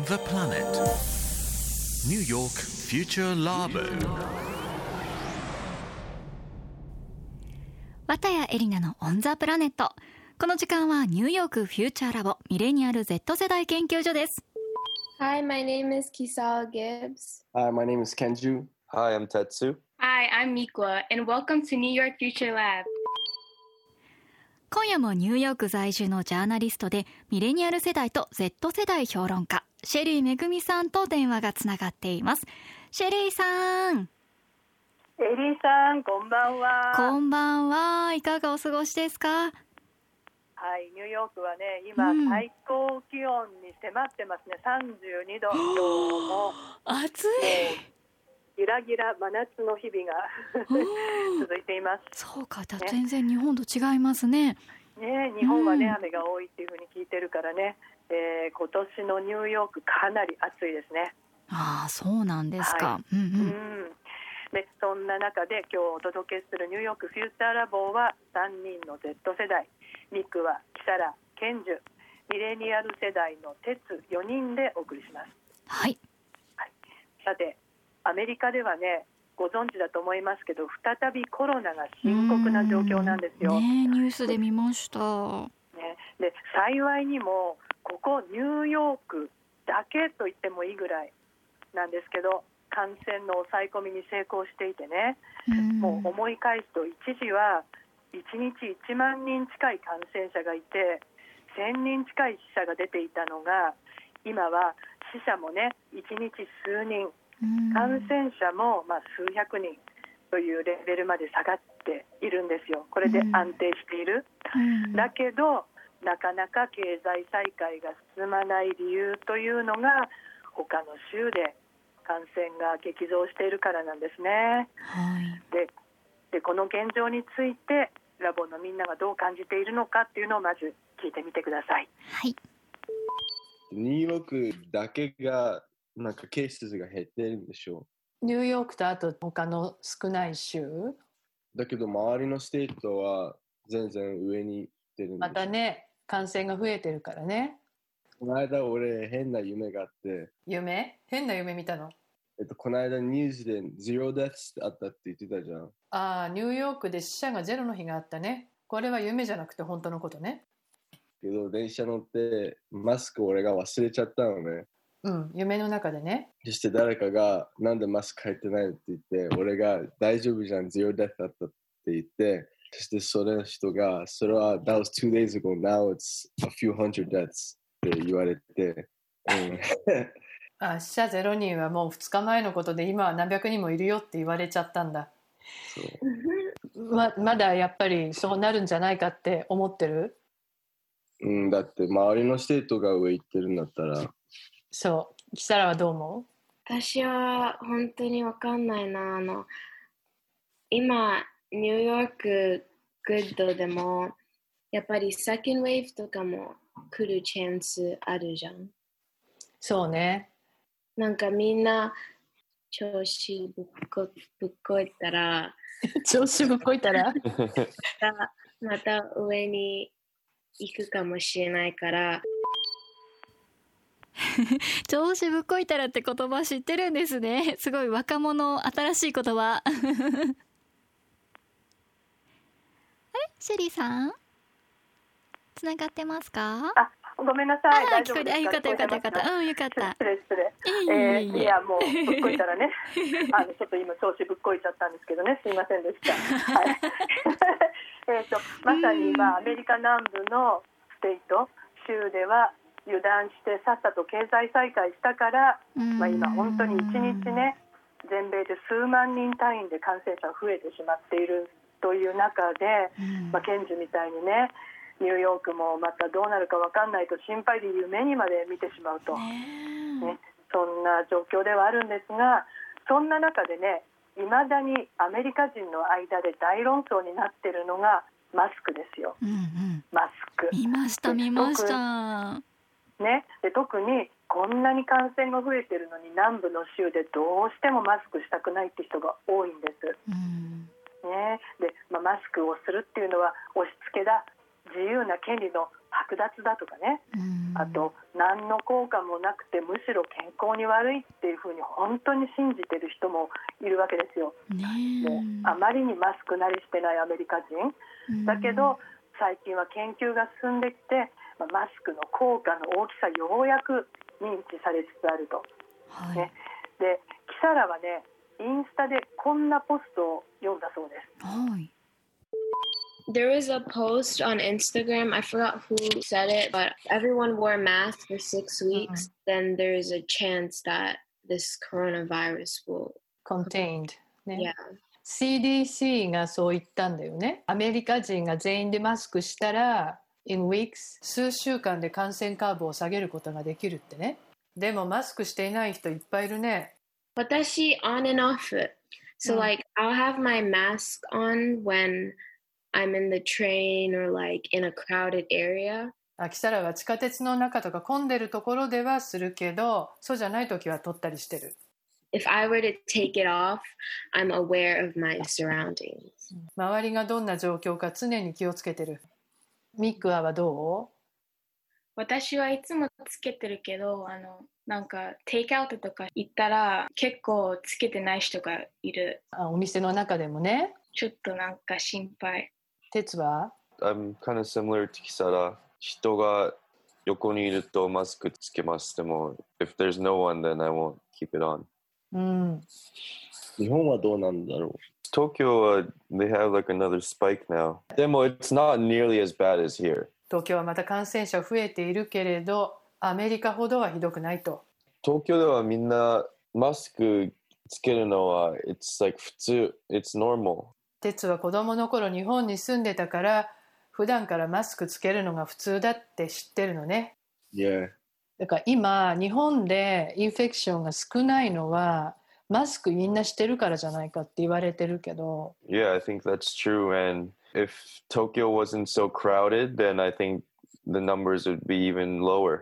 the planet. New York Future Labo. 綿谷エリナのオンザプラネット。この時間はニューヨークフューチャーラボミレニアル Z 世代研究所です。 Hi, my name is Kisao Gibbs. Hi, my name is Kenju. Hi, I'm Tetsu. Hi, I'm Mikwa, and welcome to New York Future Lab. 今夜もニューヨーク在住のジャーナリストでミレニアル世代と Z 世代評論家シェリーめぐみさんと電話がつながっています。シェリーさん。 エリーさん、こんばんは。 こんばんは。いかがお過ごしですか？ はい、ニューヨークはね、今、最高気温に迫ってますね。32度。も暑い。 ギラギラ真夏の日々が続いています。 そうか、じゃあ全然日本と違いますね。 ね、日本はね、雨が多いっていうふうに聞いてるからね、今年のニューヨークかなり暑いですね。 ああ、そうなんですか。 はい、でそんな中で今日お届けするニューヨークフューチャーラボは3人の Z 世代、ミクはキサラ、ケンジュ、ミレニアル世代のテツ4人でお送りします。 はい、 はい、さてアメリカではね、ご存知だと思いますけど、再びコロナが深刻な状況なんですよ。 ね、ニュースで見ました、 ね、で幸いにもここニューヨークだけと言ってもいいぐらいなんですけど、感染の抑え込みに成功していてね、もう思い返すと一時は1日1万人近い感染者がいて1000人近い死者が出ていたのが、今は死者もね1日数人、感染者も数百人というレベルまで下がっているんですよ。これで安定している、だけどなかなか経済再開が進まない理由というのが他の州で感染が激増しているからなんですね。 はい、 でこの現状についてラボのみんながどう感じているのかっていうのをまず聞いてみてください。 はい、 ニューヨークだけがなんかケースが減ってるんでしょう。ニューヨークとあと他の少ない州だけど周りのステートは全然上に行ってるんでしょ。 またね、感染が増えてるからね。 この間俺変な夢があって。 変な夢見たの？ この間ニュースで0 deaths あったって言ってたじゃん。 ああ、ニューヨークで死者がゼロの日があったね。これは夢じゃなくて本当のことね。 けど電車乗ってマスク俺が忘れちゃったのね。 夢の中でね。 そして誰かがなんでマスク入ってないって言って俺が大丈夫じゃん、0 death あったって言って、そしてそれの人がそれは That was 2 days ago, now it's a few hundred deaths って言われて、 死者0人はもう2日前のことで今は何百人もいるよって言われちゃったんだ。まだやっぱりそうなるんじゃないかって思ってる？ だって周りのステートが上行ってるんだったら。 そう。キサラはどう思う？ 私は本当に分かんないな。今ニューヨークグッドでもやっぱりセカンドウェーブとかも来るチャンスあるじゃん。 そうね。 なんかみんな調子ぶっこいたら調子ぶっこいたらまた上に行くかもしれないから調子ぶっこいたらって言葉知ってるんですね。すごい若者、新しい言葉あれ、シェリーさんつながってますか？ ごめんなさい。大丈夫ですか？ よかったよかったよかった。よかった。 失礼。いやもうぶっこいたらねちょっと今調子ぶっこいちゃったんですけどね、すいませんでした。はい、まさに今アメリカ南部のステート州では油断してさっさと経済再開したから、今本当に1日ね全米で数万人単位で感染者が増えてしまっているという中で、ケンジみたいにねニューヨークもまたどうなるか分かんないと心配で夢にまで見てしまうと、そんな状況ではあるんですが、そんな中でねいまだにアメリカ人の間で大論争になっているのがマスクですよ。マスク見ましたね、で特にこんなに感染が増えているのに南部の州でどうしてもマスクしたくないって人が多いんです、でマスクをするっていうのは押し付けだ、自由な権利の剥奪だとかね、あと何の効果もなくてむしろ健康に悪いっていうふうに本当に信じてる人もいるわけですよ、であまりにマスク慣れしてないアメリカ人だけど、最近は研究が進んできて、マスクの効果の大きさようやく認知されつつあると、 はいね、でキサラはねインスタでこんなポストを読んだそうです。 はい。 There was a post on Instagram, I forgot who said it, but everyone wore masks for 6 weeks, then there's a chance that this coronavirus will contained、ね Yeah. CDC がそう言ったんだよね。アメリカ人が全員でマスクしたら in weeks 数週間で感染カーブを下げることができるってね。でもマスクしていない人いっぱいいるね。 私 on and off it. So like I'll have my mask on when I'm in the train or like in a crowded area. キサラは地下鉄の中とか混んでるところではするけど、そうじゃないときは取ったりしてる。 If I were to take it off, I'm aware of my surroundings. 周りがどんな状況か常に気をつけてる。ミックはどう？ 私はいつもつけてるけど、なんかテイクアウトとか行ったら結構つけてない人がいる。 お店の中でもね。 ちょっとなんか心配。 鉄は？ I'm kind of similar to Kisara. 人が横にいるとマスクつけます。でも、if there's no one, then I won't keep it on. 日本はどうなんだろう。 東京は they have like another spike now. でも it's not nearly as bad as here. 東京はまた感染者増えているけれど、アメリカほどはひどくないと。 東京ではみんなマスクつけるのは it's like 普通 it's normal。 鉄は子供の頃日本に住んでたから普段からマスクつけるのが普通だって知ってるのね。 Yeah. だから今日本でインフェクションが少ないのはマスクみんなしてるからじゃないかって言われてるけど。 Yeah, I think that's true. And if Tokyo wasn't so crowded, then I think the numbers would be even lower.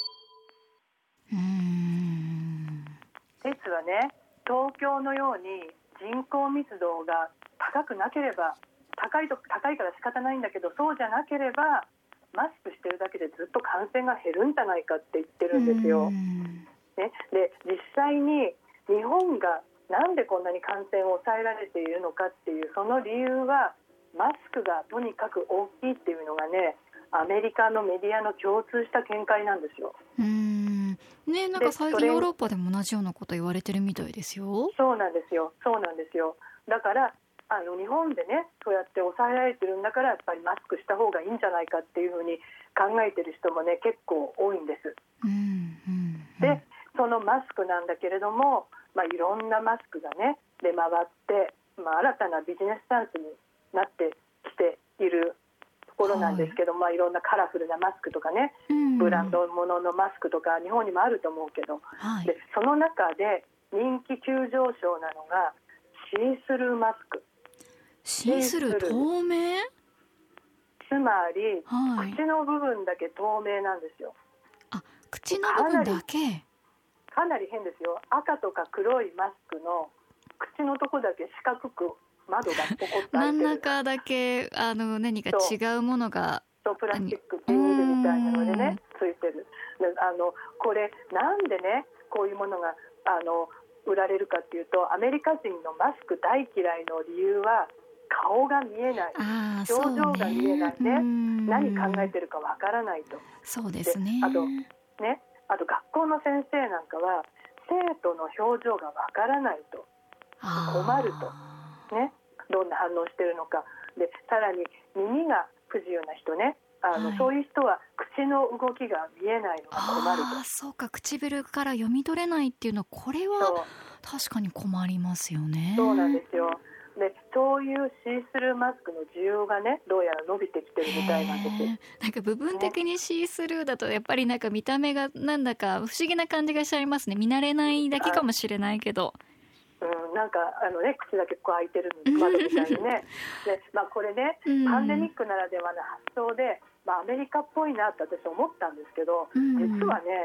鉄はね、東京のように人口密度が高くなければ高いから仕方ないんだけど、そうじゃなければマスクしてるだけでずっと感染が減るんじゃないかって言ってるんですよ、ね、で実際に日本がなんでこんなに感染を抑えられているのかっていうその理由はマスクがとにかく大きいっていうのがね、アメリカのメディアの共通した見解なんですよ。 ね、なんか最近ヨーロッパでも同じようなこと言われてるみたいですよ。 そうなんですよ。だから日本でねそうやって抑えられてるんだからやっぱりマスクした方がいいんじゃないかっていうふうに考えてる人もね結構多いんです、でそのマスクなんだけれども、いろんなマスクがね出回って、新たなビジネスチャンスになってきているところなんですけど、いろんなカラフルなマスクとかね、ブランドもののマスクとか日本にもあると思うけど、でその中で人気急上昇なのがシースルーマスク。 シースルー透明？ つまり、口の部分だけ透明なんですよ。 口の部分だけ？ かなり変ですよ。赤とか黒いマスクの口のとこだけ四角く窓がポコッと開いてる。 真ん中だけ何か違うものがプラスチックビニールみたいなのでねついてる。これなんでねこういうものが売られるかっていうと、アメリカ人のマスク大嫌いの理由は顔が見えない、表情が見えないね、何考えてるかわからないと。 そうですね。 あと学校の先生なんかは生徒の表情がわからないと困るとね、どんな反応してるのかで、さらに耳が不自由な人ね、そういう人は口の動きが見えないのが困ると。 そうか、唇から読み取れないっていうのはこれは確かに困りますよね。 そうなんですよ。でそういうシースルーマスクの需要がねどうやら伸びてきてるみたいなんです。 なんか部分的にシースルーだとやっぱりなんか見た目がなんだか不思議な感じがしちゃいますね。見慣れないだけかもしれないけど、 なんか口だけこう開いてる窓みたいにねで、これね、パンデミックならではの発想で、アメリカっぽいなって私思ったんですけど、実はね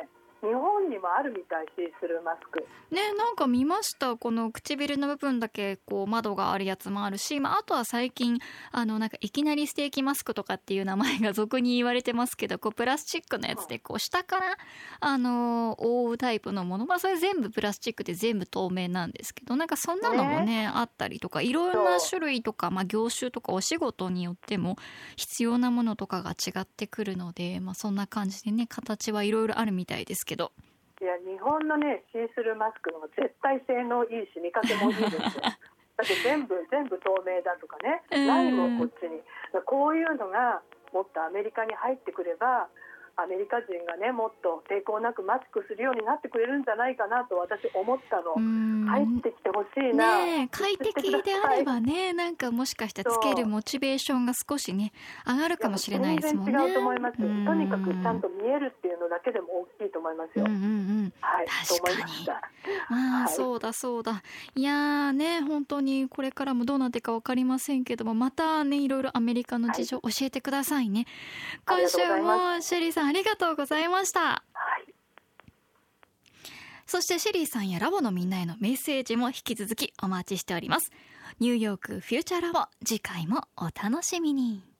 日本にもあるみたいしするマスクね、なんか見ました。この唇の部分だけこう窓があるやつもあるし、あとは最近なんかいきなりステーキマスクとかっていう名前が俗に言われてますけど、こうプラスチックのやつでこう下から覆うタイプのもの、それ全部プラスチックで全部透明なんですけど、なんかそんなのもねあったりとか、いろんな種類とか、業種とかお仕事によっても必要なものとかが違ってくるので、そんな感じでね、形はいろいろあるみたいですけど。 いや、日本のねシースルーマスクの方が絶対性能いいし見かけもいいですよだって全部透明だとかね、ないもんこっちに。こういうのがもっとアメリカに入ってくれば、アメリカ人がねもっと抵抗なくマスクするようになってくれるんじゃないかなと私思ったの。入ってきてほしいな、 ね、快適であればね、なんかもしかしてつけるモチベーションが少しね上がるかもしれないですもんね。 全然違うと思います。とにかくちゃんと見えるっていうのだけでも大きいと思いますよ。はい、 確かに。そうだそうだ。いやーね、本当にこれからもどうなっていくか分かりませんけども、またねいろいろアメリカの事情教えてくださいね。今週もシェリーさんありがとうございました。そしてシェリーさんやラボのみんなへのメッセージも引き続きお待ちしております。ニューヨークフューチャーラボ、次回もお楽しみに。